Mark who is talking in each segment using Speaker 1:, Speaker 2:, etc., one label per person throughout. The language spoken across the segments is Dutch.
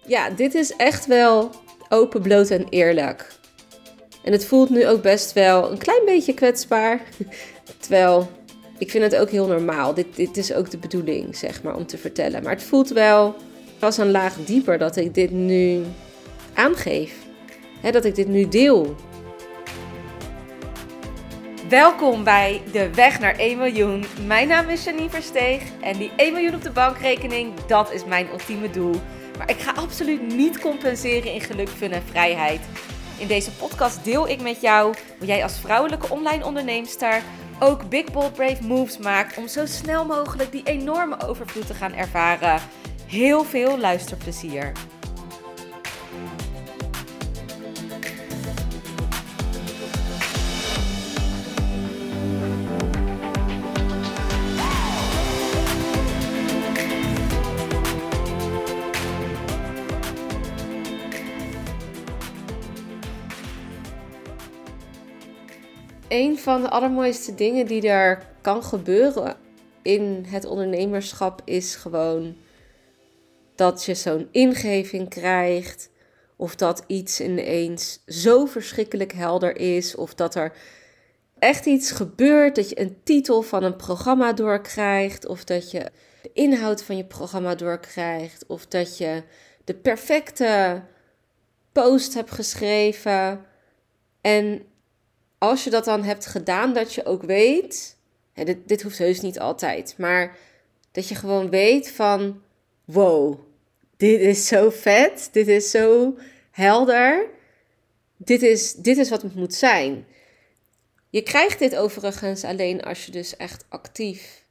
Speaker 1: Ja, dit is echt wel open, bloot en eerlijk. En het voelt nu ook best wel een klein beetje kwetsbaar. Terwijl, ik vind het ook heel normaal. Dit is ook de bedoeling, zeg maar, om te vertellen. Maar het voelt wel als een laag dieper dat ik dit nu aangeef. Dat ik dit nu deel.
Speaker 2: Welkom bij De Weg naar 1 miljoen. Mijn naam is Janine Versteeg en die 1 miljoen op de bankrekening, dat is mijn ultieme doel. Maar ik ga absoluut niet compenseren in geluk, fun en vrijheid. In deze podcast deel ik met jou hoe jij als vrouwelijke online onderneemster ook big, bold, brave moves maakt om zo snel mogelijk die enorme overvloed te gaan ervaren. Heel veel luisterplezier.
Speaker 1: Een van de allermooiste dingen die er kan gebeuren in het ondernemerschap is gewoon dat je zo'n ingeving krijgt. Of dat iets ineens zo verschrikkelijk helder is. Of dat er echt iets gebeurt. Dat je een titel van een programma doorkrijgt. Of dat je de inhoud van je programma doorkrijgt. Of dat je de perfecte post hebt geschreven. En als je dat dan hebt gedaan, dat je ook weet, dit hoeft heus niet altijd, maar dat je gewoon weet van, wow, dit is zo vet, dit is zo helder, dit is wat het moet zijn. Je krijgt dit overigens alleen als je dus echt actief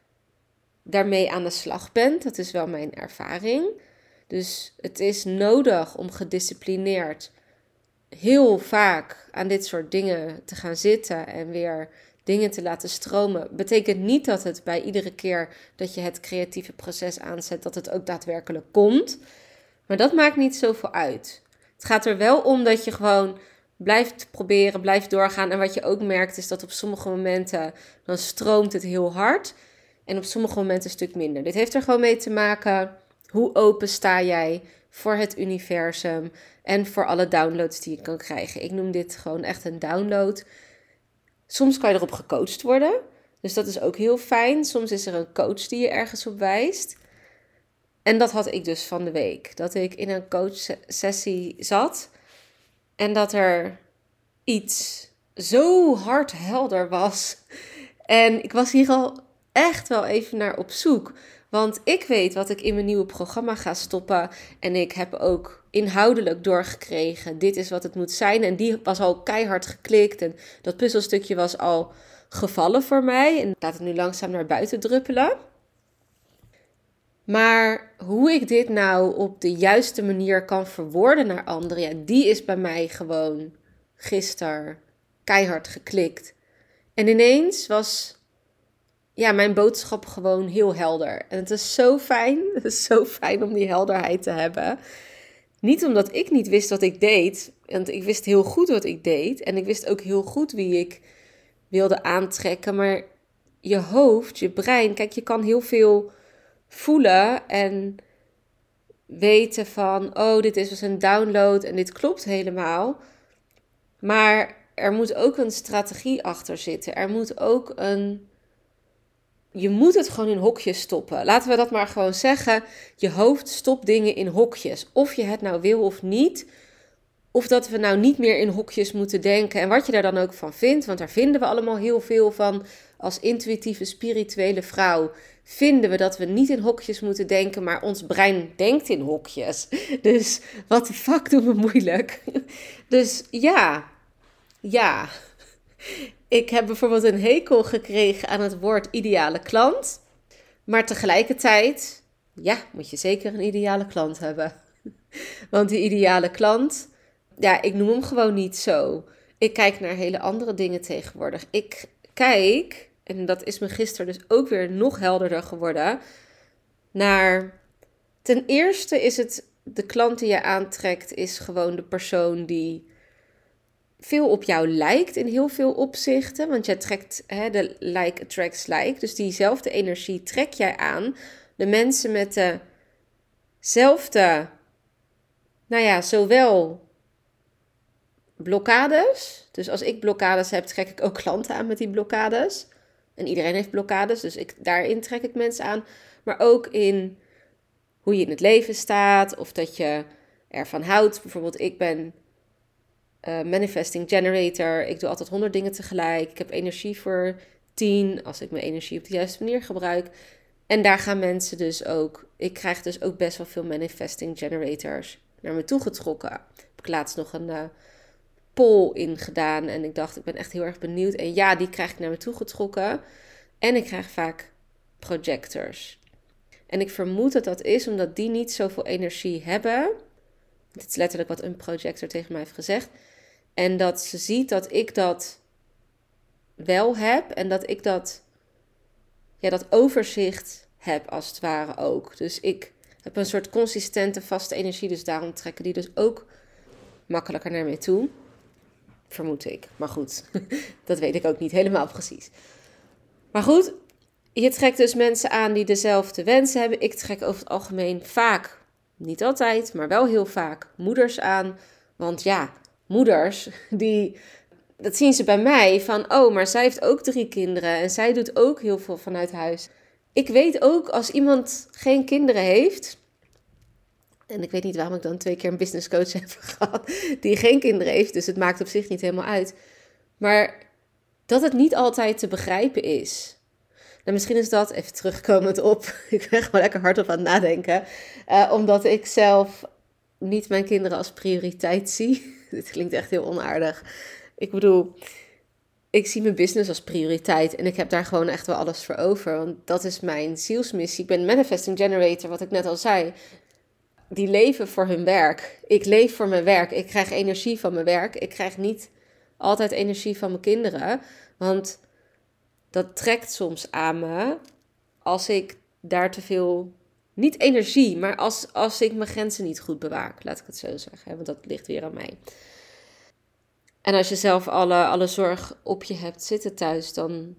Speaker 1: daarmee aan de slag bent. Dat is wel mijn ervaring. Dus het is nodig om gedisciplineerd heel vaak aan dit soort dingen te gaan zitten en weer dingen te laten stromen. Betekent niet dat het bij iedere keer dat je het creatieve proces aanzet, dat het ook daadwerkelijk komt. Maar dat maakt niet zoveel uit. Het gaat er wel om dat je gewoon blijft proberen, blijft doorgaan. En wat je ook merkt is dat op sommige momenten dan stroomt het heel hard. En op sommige momenten een stuk minder. Dit heeft er gewoon mee te maken, hoe open sta jij voor het universum en voor alle downloads die je kan krijgen. Ik noem dit gewoon echt een download. Soms kan je erop gecoacht worden, dus dat is ook heel fijn. Soms is er een coach die je ergens op wijst. En dat had ik dus van de week. Dat ik in een coachsessie zat en dat er iets zo hard helder was. En ik was hier al echt wel even naar op zoek. Want ik weet wat ik in mijn nieuwe programma ga stoppen. En ik heb ook inhoudelijk doorgekregen, dit is wat het moet zijn. En die was al keihard geklikt. En dat puzzelstukje was al gevallen voor mij. En laat het nu langzaam naar buiten druppelen. Maar hoe ik dit nou op de juiste manier kan verwoorden naar anderen, ja, die is bij mij gewoon gisteren keihard geklikt. En ineens was mijn boodschap gewoon heel helder. En het is zo fijn. Het is zo fijn om die helderheid te hebben. Niet omdat ik niet wist wat ik deed. Want ik wist heel goed wat ik deed. En ik wist ook heel goed wie ik wilde aantrekken. Maar je hoofd, je brein. Kijk, je kan heel veel voelen. En weten van, dit is dus een download. En dit klopt helemaal. Maar er moet ook een strategie achter zitten. Er moet ook je moet het gewoon in hokjes stoppen. Laten we dat maar gewoon zeggen. Je hoofd stopt dingen in hokjes. Of je het nou wil of niet. Of dat we nou niet meer in hokjes moeten denken. En wat je daar dan ook van vindt. Want daar vinden we allemaal heel veel van. Als intuïtieve, spirituele vrouw vinden we dat we niet in hokjes moeten denken. Maar ons brein denkt in hokjes. Dus wat de fuck doen we moeilijk. Dus ja. Ik heb bijvoorbeeld een hekel gekregen aan het woord ideale klant. Maar tegelijkertijd, moet je zeker een ideale klant hebben. Want die ideale klant, ik noem hem gewoon niet zo. Ik kijk naar hele andere dingen tegenwoordig. Ik kijk, en dat is me gisteren dus ook weer nog helderder geworden, naar, ten eerste is het, de klant die je aantrekt, is gewoon de persoon die veel op jou lijkt in heel veel opzichten. Want jij trekt, de like attracts like. Dus diezelfde energie trek jij aan. De mensen met dezelfde zowel blokkades. Dus als ik blokkades heb, trek ik ook klanten aan met die blokkades. En iedereen heeft blokkades, dus daarin trek ik mensen aan. Maar ook in hoe je in het leven staat of dat je ervan houdt. Bijvoorbeeld, ik ben manifesting generator. Ik doe altijd 100 dingen tegelijk. Ik heb energie voor 10 als ik mijn energie op de juiste manier gebruik. En daar gaan mensen dus ook... Ik krijg dus ook best wel veel manifesting generators naar me toe getrokken. Heb ik laatst nog een poll in gedaan. En ik dacht, ik ben echt heel erg benieuwd. En ja, die krijg ik naar me toe getrokken. En ik krijg vaak projectors. En ik vermoed dat dat is omdat die niet zoveel energie hebben. Dit is letterlijk wat een projector tegen mij heeft gezegd. En dat ze ziet dat ik dat wel heb. En dat ik dat overzicht heb als het ware ook. Dus ik heb een soort consistente, vaste energie. Dus daarom trekken die dus ook makkelijker naar mij toe. Vermoed ik. Maar goed, dat weet ik ook niet helemaal precies. Maar goed, je trekt dus mensen aan die dezelfde wensen hebben. Ik trek over het algemeen vaak, niet altijd, maar wel heel vaak moeders aan. Want ja, moeders, dat zien ze bij mij van, oh, maar zij heeft ook 3 kinderen en zij doet ook heel veel vanuit huis. Ik weet ook als iemand geen kinderen heeft, en ik weet niet waarom ik dan 2 keer een business coach heb gehad die geen kinderen heeft, dus het maakt op zich niet helemaal uit. Maar dat het niet altijd te begrijpen is. Nou, misschien is dat, even terugkomend op, ik ben gewoon lekker hardop aan het nadenken, omdat ik zelf niet mijn kinderen als prioriteit zie. Dit klinkt echt heel onaardig. Ik bedoel, ik zie mijn business als prioriteit en ik heb daar gewoon echt wel alles voor over, want dat is mijn zielsmissie. Ik ben manifesting generator, wat ik net al zei. Die leven voor hun werk. Ik leef voor mijn werk. Ik krijg energie van mijn werk. Ik krijg niet altijd energie van mijn kinderen, want dat trekt soms aan me als ik daar te veel, niet energie, maar als ik mijn grenzen niet goed bewaak, laat ik het zo zeggen, want dat ligt weer aan mij. En als je zelf alle zorg op je hebt zitten thuis, dan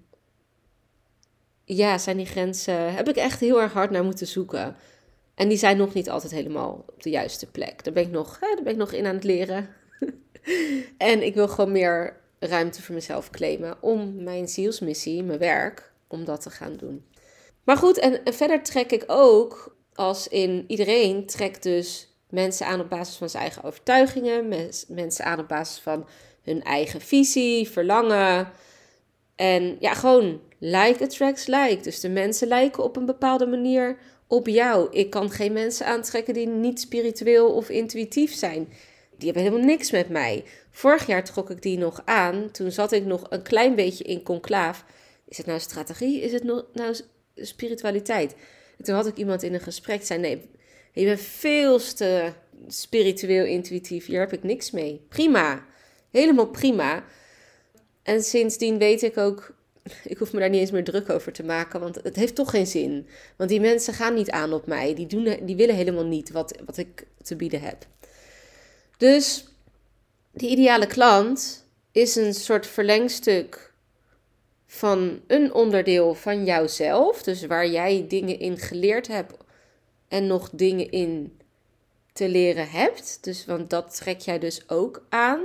Speaker 1: zijn die grenzen, heb ik echt heel erg hard naar moeten zoeken. En die zijn nog niet altijd helemaal op de juiste plek. Daar ben ik nog in aan het leren. En ik wil gewoon meer ruimte voor mezelf claimen om mijn zielsmissie, mijn werk, om dat te gaan doen. Maar goed, en verder trek ik ook, als in iedereen, trekt dus mensen aan op basis van zijn eigen overtuigingen, mensen aan op basis van hun eigen visie, verlangen. En ja, gewoon like attracts like. Dus de mensen lijken op een bepaalde manier op jou. Ik kan geen mensen aantrekken die niet spiritueel of intuïtief zijn. Die hebben helemaal niks met mij. Vorig jaar trok ik die nog aan. Toen zat ik nog een klein beetje in conclaaf. Is het nou strategie? Is het nou spiritualiteit? En toen had ik iemand in een gesprek die zei, nee, je bent veel te spiritueel intuïtief. Hier heb ik niks mee. Prima. Helemaal prima. En sindsdien weet ik ook, ik hoef me daar niet eens meer druk over te maken, want het heeft toch geen zin. Want die mensen gaan niet aan op mij. Die willen helemaal niet wat ik te bieden heb. Dus die ideale klant is een soort verlengstuk van een onderdeel van jouzelf. Dus waar jij dingen in geleerd hebt en nog dingen in te leren hebt. Dus, want dat trek jij dus ook aan.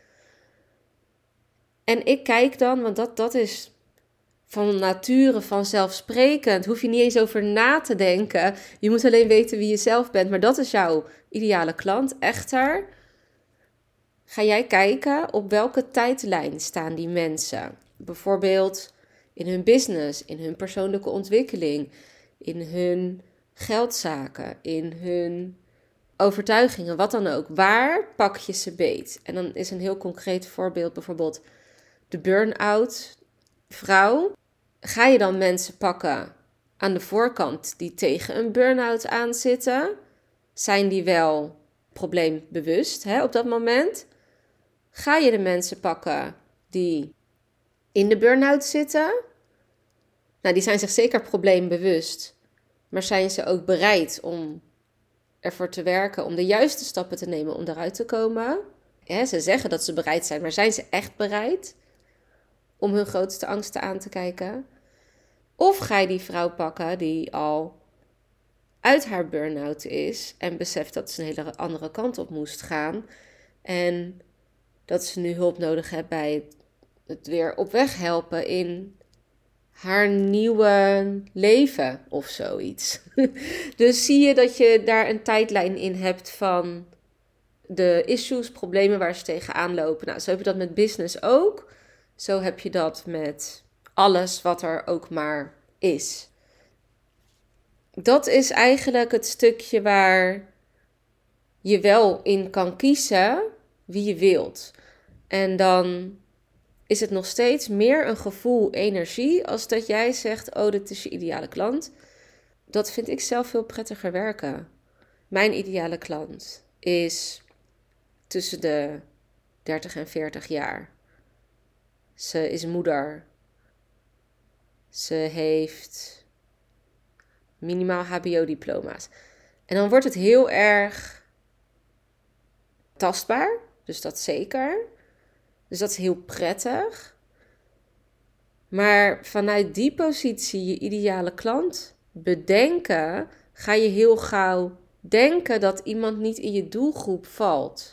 Speaker 1: En ik kijk dan, want dat is van nature vanzelfsprekend. Hoef je niet eens over na te denken. Je moet alleen weten wie je zelf bent. Maar dat is jouw ideale klant. Echter, ga jij kijken op welke tijdlijn staan die mensen. Bijvoorbeeld in hun business, in hun persoonlijke ontwikkeling, in hun geldzaken, in hun overtuigingen, wat dan ook. Waar pak je ze beet? En dan is een heel concreet voorbeeld bijvoorbeeld de burn-out vrouw. Ga je dan mensen pakken aan de voorkant die tegen een burn-out aanzitten? Zijn die wel probleembewust op dat moment? Ga je de mensen pakken die in de burn-out zitten? Nou, die zijn zich zeker probleembewust. Maar zijn ze ook bereid om ervoor te werken, om de juiste stappen te nemen om eruit te komen? Ze zeggen dat ze bereid zijn, maar zijn ze echt bereid om hun grootste angsten aan te kijken? Of ga je die vrouw pakken die al uit haar burn-out is en beseft dat ze een hele andere kant op moest gaan. En dat ze nu hulp nodig heeft bij het weer op weg helpen in haar nieuwe leven of zoiets. Dus zie je dat je daar een tijdlijn in hebt van de issues, problemen waar ze tegenaan lopen. Nou, zo heb je dat met business ook. Zo heb je dat met alles wat er ook maar is. Dat is eigenlijk het stukje waar je wel in kan kiezen wie je wilt. En dan is het nog steeds meer een gevoel energie als dat jij zegt, oh, dit is je ideale klant. Dat vind ik zelf veel prettiger werken. Mijn ideale klant is tussen de 30 en 40 jaar. Ze is moeder. Ze heeft minimaal HBO-diploma's. En dan wordt het heel erg tastbaar. Dus dat zeker. Dus dat is heel prettig. Maar vanuit die positie, je ideale klant bedenken, ga je heel gauw denken dat iemand niet in je doelgroep valt.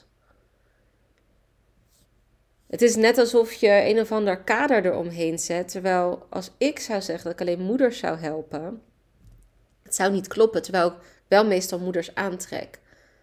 Speaker 1: Het is net alsof je een of ander kader eromheen zet. Terwijl als ik zou zeggen dat ik alleen moeders zou helpen, het zou niet kloppen. Terwijl ik wel meestal moeders aantrek.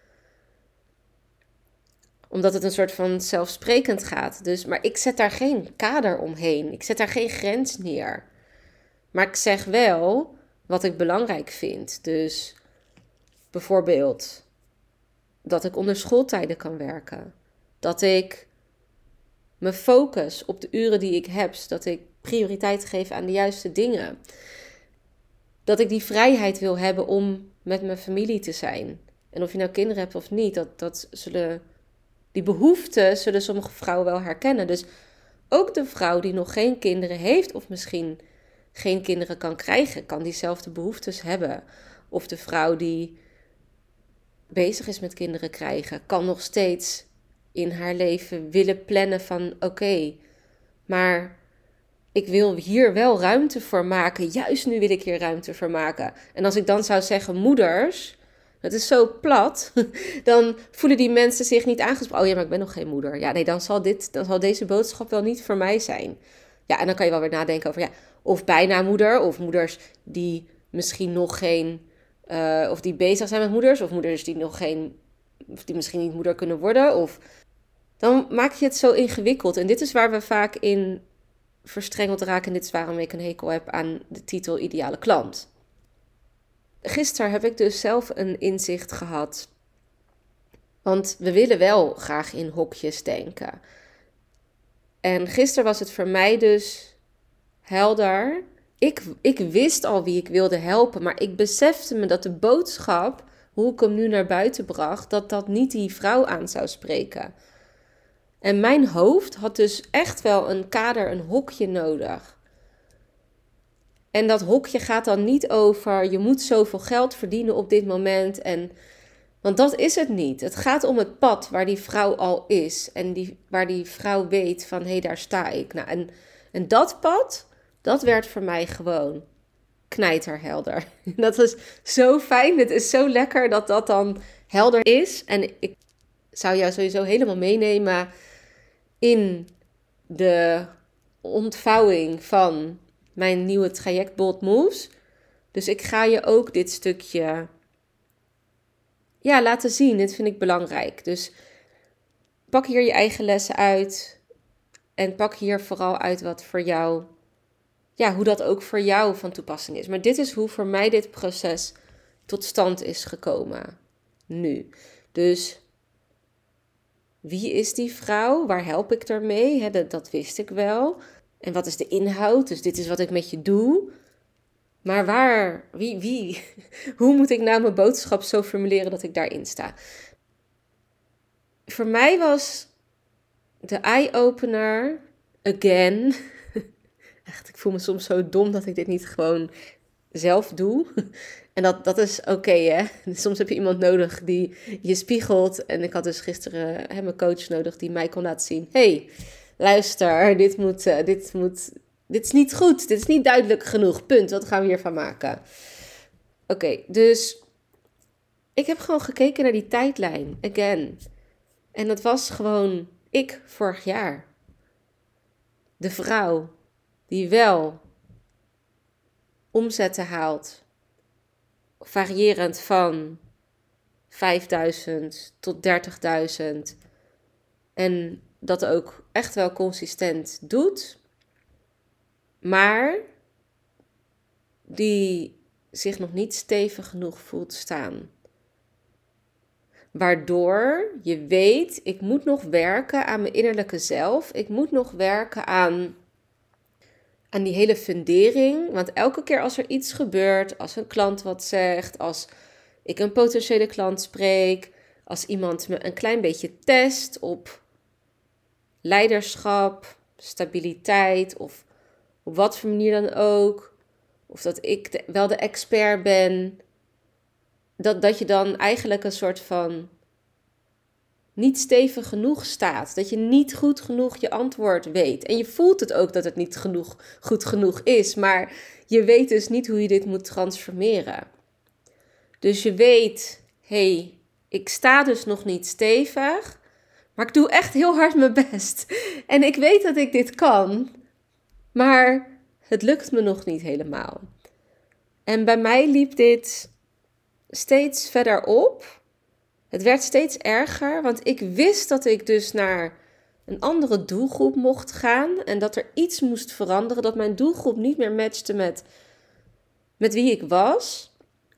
Speaker 1: Omdat het een soort van zelfsprekend gaat. Dus, maar ik zet daar geen kader omheen. Ik zet daar geen grens neer. Maar ik zeg wel wat ik belangrijk vind. Dus bijvoorbeeld dat ik onder schooltijden kan werken. Dat ik me focus op de uren die ik heb. Dat ik prioriteit geef aan de juiste dingen. Dat ik die vrijheid wil hebben om met mijn familie te zijn. En of je nou kinderen hebt of niet, die behoeften zullen sommige vrouwen wel herkennen. Dus ook de vrouw die nog geen kinderen heeft of misschien geen kinderen kan krijgen, kan diezelfde behoeftes hebben. Of de vrouw die bezig is met kinderen krijgen, kan nog steeds in haar leven willen plannen van oké, maar ik wil hier wel ruimte voor maken. Juist nu wil ik hier ruimte voor maken. En als ik dan zou zeggen moeders, het is zo plat, dan voelen die mensen zich niet aangesproken. Oh ja, maar ik ben nog geen moeder. Ja, nee, dan zal deze boodschap wel niet voor mij zijn. Ja, en dan kan je wel weer nadenken over, ja, of bijna moeder, of moeders die misschien nog geen, of die bezig zijn met moeders, of moeders die nog geen, of die misschien niet moeder kunnen worden. Of dan maak je het zo ingewikkeld. En dit is waar we vaak in verstrengeld raken. En dit is waarom ik een hekel heb aan de titel ideale klant. Gisteren heb ik dus zelf een inzicht gehad. Want we willen wel graag in hokjes denken. En gisteren was het voor mij dus helder. Ik wist al wie ik wilde helpen. Maar ik besefte me dat de boodschap, hoe ik hem nu naar buiten bracht, dat niet die vrouw aan zou spreken. En mijn hoofd had dus echt wel een kader, een hokje nodig. En dat hokje gaat dan niet over, je moet zoveel geld verdienen op dit moment. Want dat is het niet. Het gaat om het pad waar die vrouw al is. En waar die vrouw weet van, hé, daar sta ik. Nou, en dat pad, dat werd voor mij gewoon knijterhelder. Dat is zo fijn. Het is zo lekker dat dat dan helder is. En ik zou jou sowieso helemaal meenemen in de ontvouwing van mijn nieuwe traject Bold Moves. Dus ik ga je ook dit stukje laten zien. Dit vind ik belangrijk. Dus pak hier je eigen lessen uit. En pak hier vooral uit wat voor jou, hoe dat ook voor jou van toepassing is. Maar dit is hoe voor mij dit proces tot stand is gekomen. Nu. Dus wie is die vrouw? Waar help ik daarmee? Dat wist ik wel. En wat is de inhoud? Dus dit is wat ik met je doe. Maar wie? Hoe moet ik nou mijn boodschap zo formuleren dat ik daarin sta? Voor mij was de eye-opener, again. Echt, ik voel me soms zo dom dat ik dit niet gewoon zelf doe. En dat is oké, hè. Soms heb je iemand nodig die je spiegelt. En ik had dus gisteren mijn coach nodig die mij kon laten zien. Hey, luister, dit is niet goed. Dit is niet duidelijk genoeg. Punt. Wat gaan we hiervan maken? Oké, dus ik heb gewoon gekeken naar die tijdlijn, again. En dat was gewoon ik vorig jaar. De vrouw die wel omzetten haalt, variërend van 5.000 tot 30.000. En dat ook echt wel consistent doet. Maar die zich nog niet stevig genoeg voelt staan. Waardoor je weet, ik moet nog werken aan mijn innerlijke zelf. Ik moet nog werken aan die hele fundering. Want elke keer als er iets gebeurt, als een klant wat zegt, als ik een potentiële klant spreek, als iemand me een klein beetje test op leiderschap, stabiliteit of op wat voor manier dan ook, of dat ik wel de expert ben, dat je dan eigenlijk een soort van niet stevig genoeg staat. Dat je niet goed genoeg je antwoord weet. En je voelt het ook dat het niet goed genoeg is, maar je weet dus niet hoe je dit moet transformeren. Dus je weet, hey, ik sta dus nog niet stevig, maar ik doe echt heel hard mijn best. En ik weet dat ik dit kan, maar het lukt me nog niet helemaal. En bij mij liep dit steeds verder op. Het werd steeds erger, want ik wist dat ik dus naar een andere doelgroep mocht gaan. En dat er iets moest veranderen, dat mijn doelgroep niet meer matchte met wie ik was.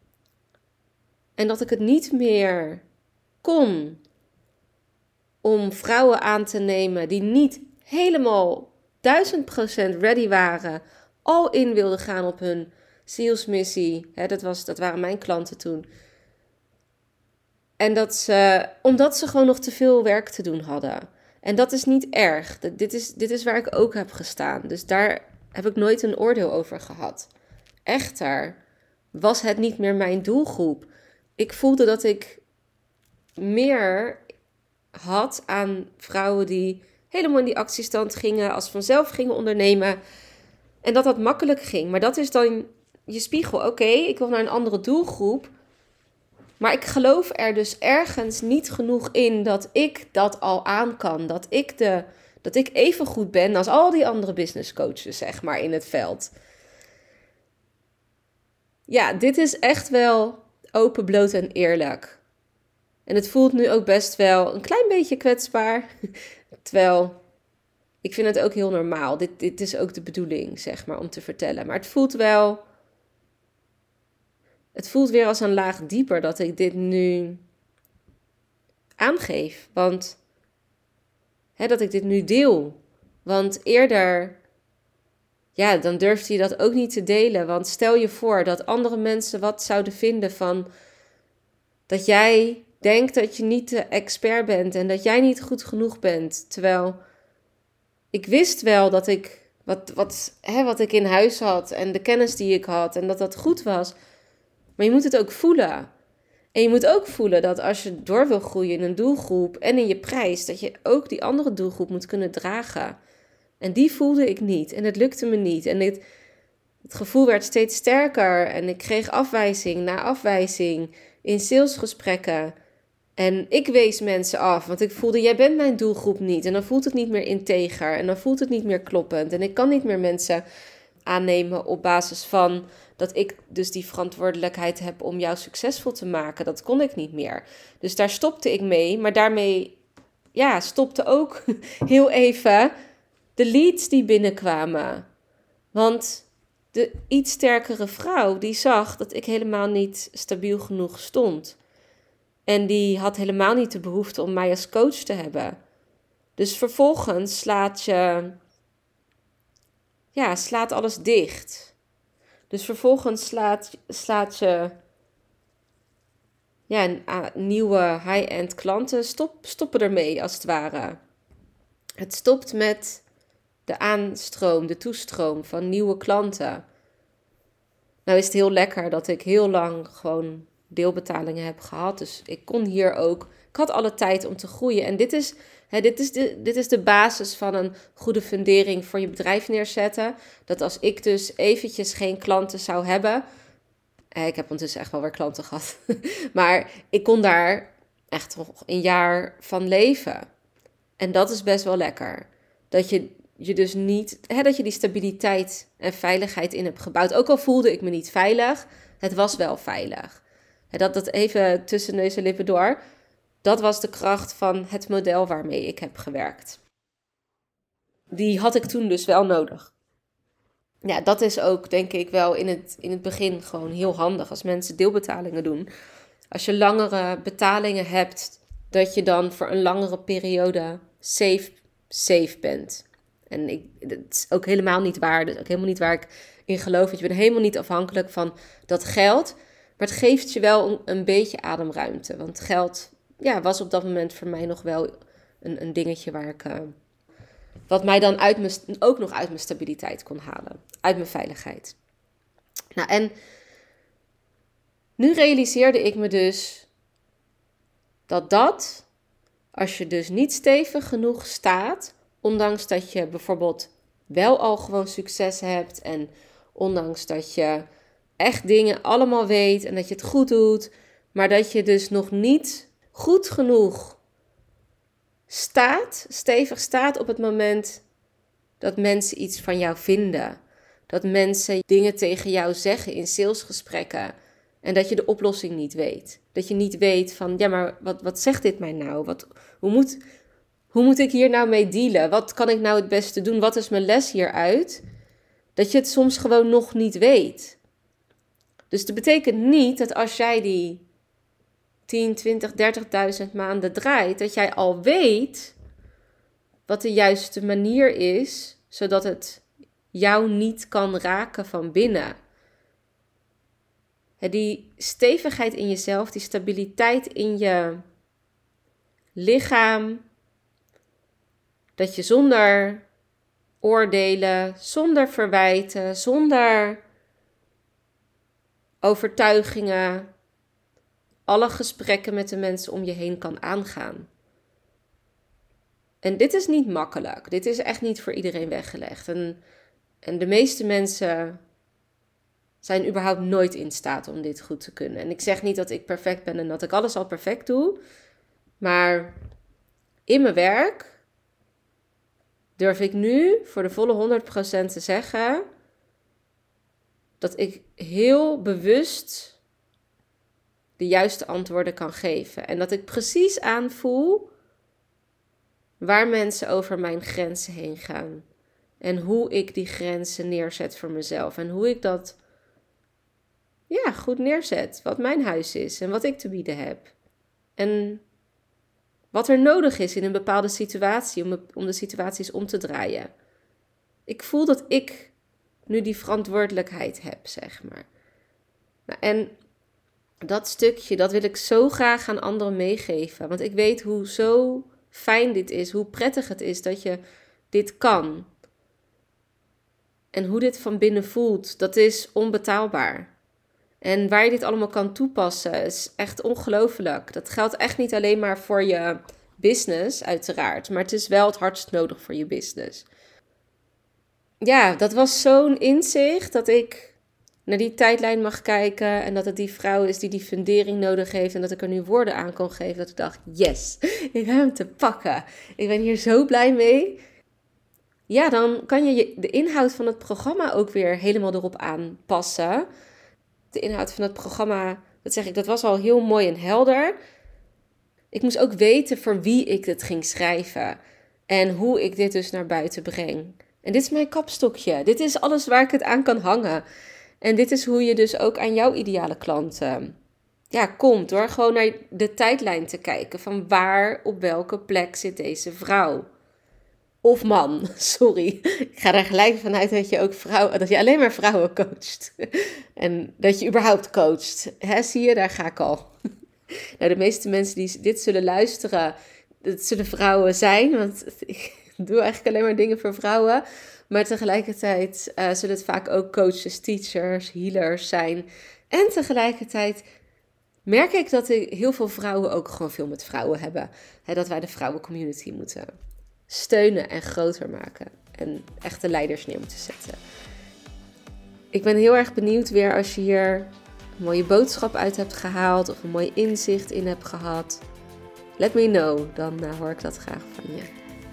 Speaker 1: En dat ik het niet meer kon om vrouwen aan te nemen die niet helemaal 1000% ready waren, all in wilden gaan op hun zielsmissie. Dat waren mijn klanten toen. En omdat ze gewoon nog te veel werk te doen hadden. En dat is niet erg. Dit is waar ik ook heb gestaan. Dus daar heb ik nooit een oordeel over gehad. Echter was het niet meer mijn doelgroep. Ik voelde dat ik meer had aan vrouwen die helemaal in die actiestand gingen, als vanzelf gingen ondernemen. En dat makkelijk ging. Maar dat is dan je spiegel. Oké, ik wil naar een andere doelgroep. Maar ik geloof er dus ergens niet genoeg in dat ik dat al aan kan. Dat ik even goed ben als al die andere business coaches, zeg maar, in het veld. Ja, dit is echt wel open, bloot en eerlijk. En het voelt nu ook best wel een klein beetje kwetsbaar. Terwijl, ik vind het ook heel normaal. Dit is ook de bedoeling, zeg maar, om te vertellen. Maar het voelt weer als een laag dieper dat ik dit nu aangeef. Want dat ik dit nu deel. Want eerder, ja, dan durfde je dat ook niet te delen. Want stel je voor dat andere mensen wat zouden vinden van dat jij denkt dat je niet de expert bent en dat jij niet goed genoeg bent. Terwijl ik wist wel dat ik wat ik in huis had en de kennis die ik had en dat goed was. Maar je moet het ook voelen. En je moet ook voelen dat als je door wil groeien in een doelgroep en in je prijs, dat je ook die andere doelgroep moet kunnen dragen. En die voelde ik niet. En het lukte me niet. En het gevoel werd steeds sterker. En ik kreeg afwijzing na afwijzing in salesgesprekken. En ik wees mensen af, want ik voelde, jij bent mijn doelgroep niet. En dan voelt het niet meer integer. En dan voelt het niet meer kloppend. En ik kan niet meer mensen aannemen op basis van dat ik dus die verantwoordelijkheid heb om jou succesvol te maken. Dat kon ik niet meer. Dus daar stopte ik mee. Maar daarmee stopte ook heel even de leads die binnenkwamen. Want de iets sterkere vrouw die zag dat ik helemaal niet stabiel genoeg stond. En die had helemaal niet de behoefte om mij als coach te hebben. Dus vervolgens slaat alles dicht. Dus vervolgens slaat je nieuwe high-end klanten stoppen ermee als het ware. Het stopt met de aanstroom, de toestroom van nieuwe klanten. Nou is het heel lekker dat ik heel lang gewoon deelbetalingen heb gehad. Dus ik kon hier ook. Ik had alle tijd om te groeien. En dit is de basis van een goede fundering voor je bedrijf neerzetten. Dat als ik dus eventjes geen klanten zou hebben, Ik heb ondertussen echt wel weer klanten gehad. Maar ik kon daar echt nog een jaar van leven. En dat is best wel lekker. Dat je dus niet, dat je die stabiliteit en veiligheid in hebt gebouwd. Ook al voelde ik me niet veilig, het was wel veilig. Dat even tussen neus en lippen door. Dat was de kracht van het model waarmee ik heb gewerkt. Die had ik toen dus wel nodig. Ja, dat is ook denk ik wel in het begin gewoon heel handig als mensen deelbetalingen doen. Als je langere betalingen hebt, dat je dan voor een langere periode safe bent. En dat is ook helemaal niet waar. Dat is ook helemaal niet waar ik in geloof. Je bent helemaal niet afhankelijk van dat geld. Maar het geeft je wel een beetje ademruimte. Want geld was op dat moment voor mij nog wel een dingetje waar ik... wat mij dan ook nog uit mijn stabiliteit kon halen. Uit mijn veiligheid. Nou, en nu realiseerde ik me dus dat als je dus niet stevig genoeg staat, ondanks dat je bijvoorbeeld wel al gewoon succes hebt en ondanks dat je echt dingen allemaal weet en dat je het goed doet, maar dat je dus nog niet goed genoeg stevig staat op het moment dat mensen iets van jou vinden. Dat mensen dingen tegen jou zeggen in salesgesprekken en dat je de oplossing niet weet. Dat je niet weet van, ja, maar wat zegt dit mij nou? Hoe moet ik hier nou mee dealen? Wat kan ik nou het beste doen? Wat is mijn les hieruit? Dat je het soms gewoon nog niet weet. Dus dat betekent niet dat als jij die 10, 20, 30.000 maanden draait, dat jij al weet wat de juiste manier is, zodat het jou niet kan raken van binnen. Die stevigheid in jezelf, die stabiliteit in je lichaam, dat je zonder oordelen, zonder verwijten, zonder overtuigingen, alle gesprekken met de mensen om je heen kan aangaan. En dit is niet makkelijk. Dit is echt niet voor iedereen weggelegd. En de meeste mensen zijn überhaupt nooit in staat om dit goed te kunnen. En ik zeg niet dat ik perfect ben en dat ik alles al perfect doe. Maar in mijn werk durf ik nu voor de volle 100% te zeggen dat ik heel bewust de juiste antwoorden kan geven. En dat ik precies aanvoel waar mensen over mijn grenzen heen gaan. En hoe ik die grenzen neerzet voor mezelf. En hoe ik dat goed neerzet. Wat mijn huis is en wat ik te bieden heb. En wat er nodig is in een bepaalde situatie om de situaties om te draaien. Ik voel dat ik nu die verantwoordelijkheid heb, zeg maar. Nou, en dat stukje, dat wil ik zo graag aan anderen meegeven. Want ik weet hoe zo fijn dit is, hoe prettig het is dat je dit kan. En hoe dit van binnen voelt, dat is onbetaalbaar. En waar je dit allemaal kan toepassen, is echt ongelooflijk. Dat geldt echt niet alleen maar voor je business, uiteraard. Maar het is wel het hardst nodig voor je business. Ja, dat was zo'n inzicht dat ik naar die tijdlijn mag kijken. En dat het die vrouw is die fundering nodig heeft. En dat ik er nu woorden aan kon geven. Dat ik dacht, yes, ik heb hem te pakken. Ik ben hier zo blij mee. Ja, dan kan je de inhoud van het programma ook weer helemaal erop aanpassen. De inhoud van het programma, dat was al heel mooi en helder. Ik moest ook weten voor wie ik het ging schrijven. En hoe ik dit dus naar buiten breng. En dit is mijn kapstokje. Dit is alles waar ik het aan kan hangen. En dit is hoe je dus ook aan jouw ideale klant komt. Door gewoon naar de tijdlijn te kijken. Van waar, op welke plek zit deze vrouw? Of man, sorry. Ik ga er gelijk vanuit dat je alleen maar vrouwen coacht. En dat je überhaupt coacht. Zie je, daar ga ik al. Nou, de meeste mensen die dit zullen luisteren, dat zullen vrouwen zijn. Want ik doe eigenlijk alleen maar dingen voor vrouwen. Maar tegelijkertijd zullen het vaak ook coaches, teachers, healers zijn. En tegelijkertijd merk ik dat heel veel vrouwen ook gewoon veel met vrouwen hebben. Dat wij de vrouwencommunity moeten steunen en groter maken. En echte leiders neer moeten zetten. Ik ben heel erg benieuwd weer als je hier een mooie boodschap uit hebt gehaald of een mooi inzicht in hebt gehad. Let me know, dan hoor ik dat graag van je.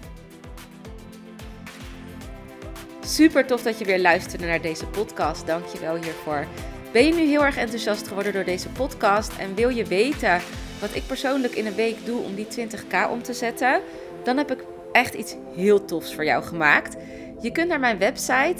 Speaker 2: Super tof dat je weer luisterde naar deze podcast. Dank je wel hiervoor. Ben je nu heel erg enthousiast geworden door deze podcast en wil je weten wat ik persoonlijk in een week doe om die 20k om te zetten? Dan heb ik echt iets heel tofs voor jou gemaakt. Je kunt naar mijn website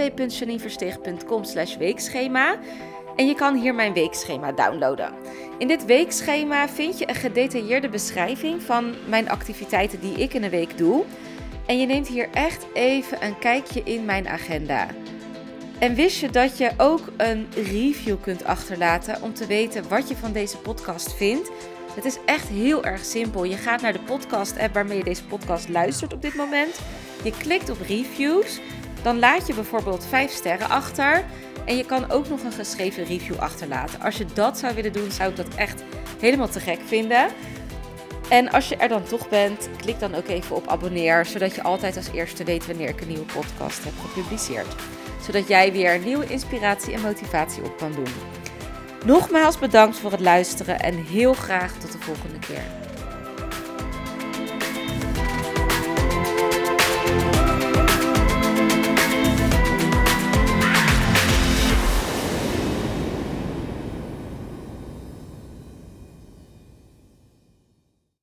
Speaker 2: www.janineversteeg.com/weekschema en je kan hier mijn weekschema downloaden. In dit weekschema vind je een gedetailleerde beschrijving van mijn activiteiten die ik in een week doe. En je neemt hier echt even een kijkje in mijn agenda. En wist je dat je ook een review kunt achterlaten om te weten wat je van deze podcast vindt? Het is echt heel erg simpel. Je gaat naar de podcast-app waarmee je deze podcast luistert op dit moment. Je klikt op reviews. Dan laat je bijvoorbeeld 5 sterren achter. En je kan ook nog een geschreven review achterlaten. Als je dat zou willen doen, zou ik dat echt helemaal te gek vinden. En als je er dan toch bent, klik dan ook even op abonneer. Zodat je altijd als eerste weet wanneer ik een nieuwe podcast heb gepubliceerd. Zodat jij weer nieuwe inspiratie en motivatie op kan doen. Nogmaals bedankt voor het luisteren en heel graag tot de volgende keer.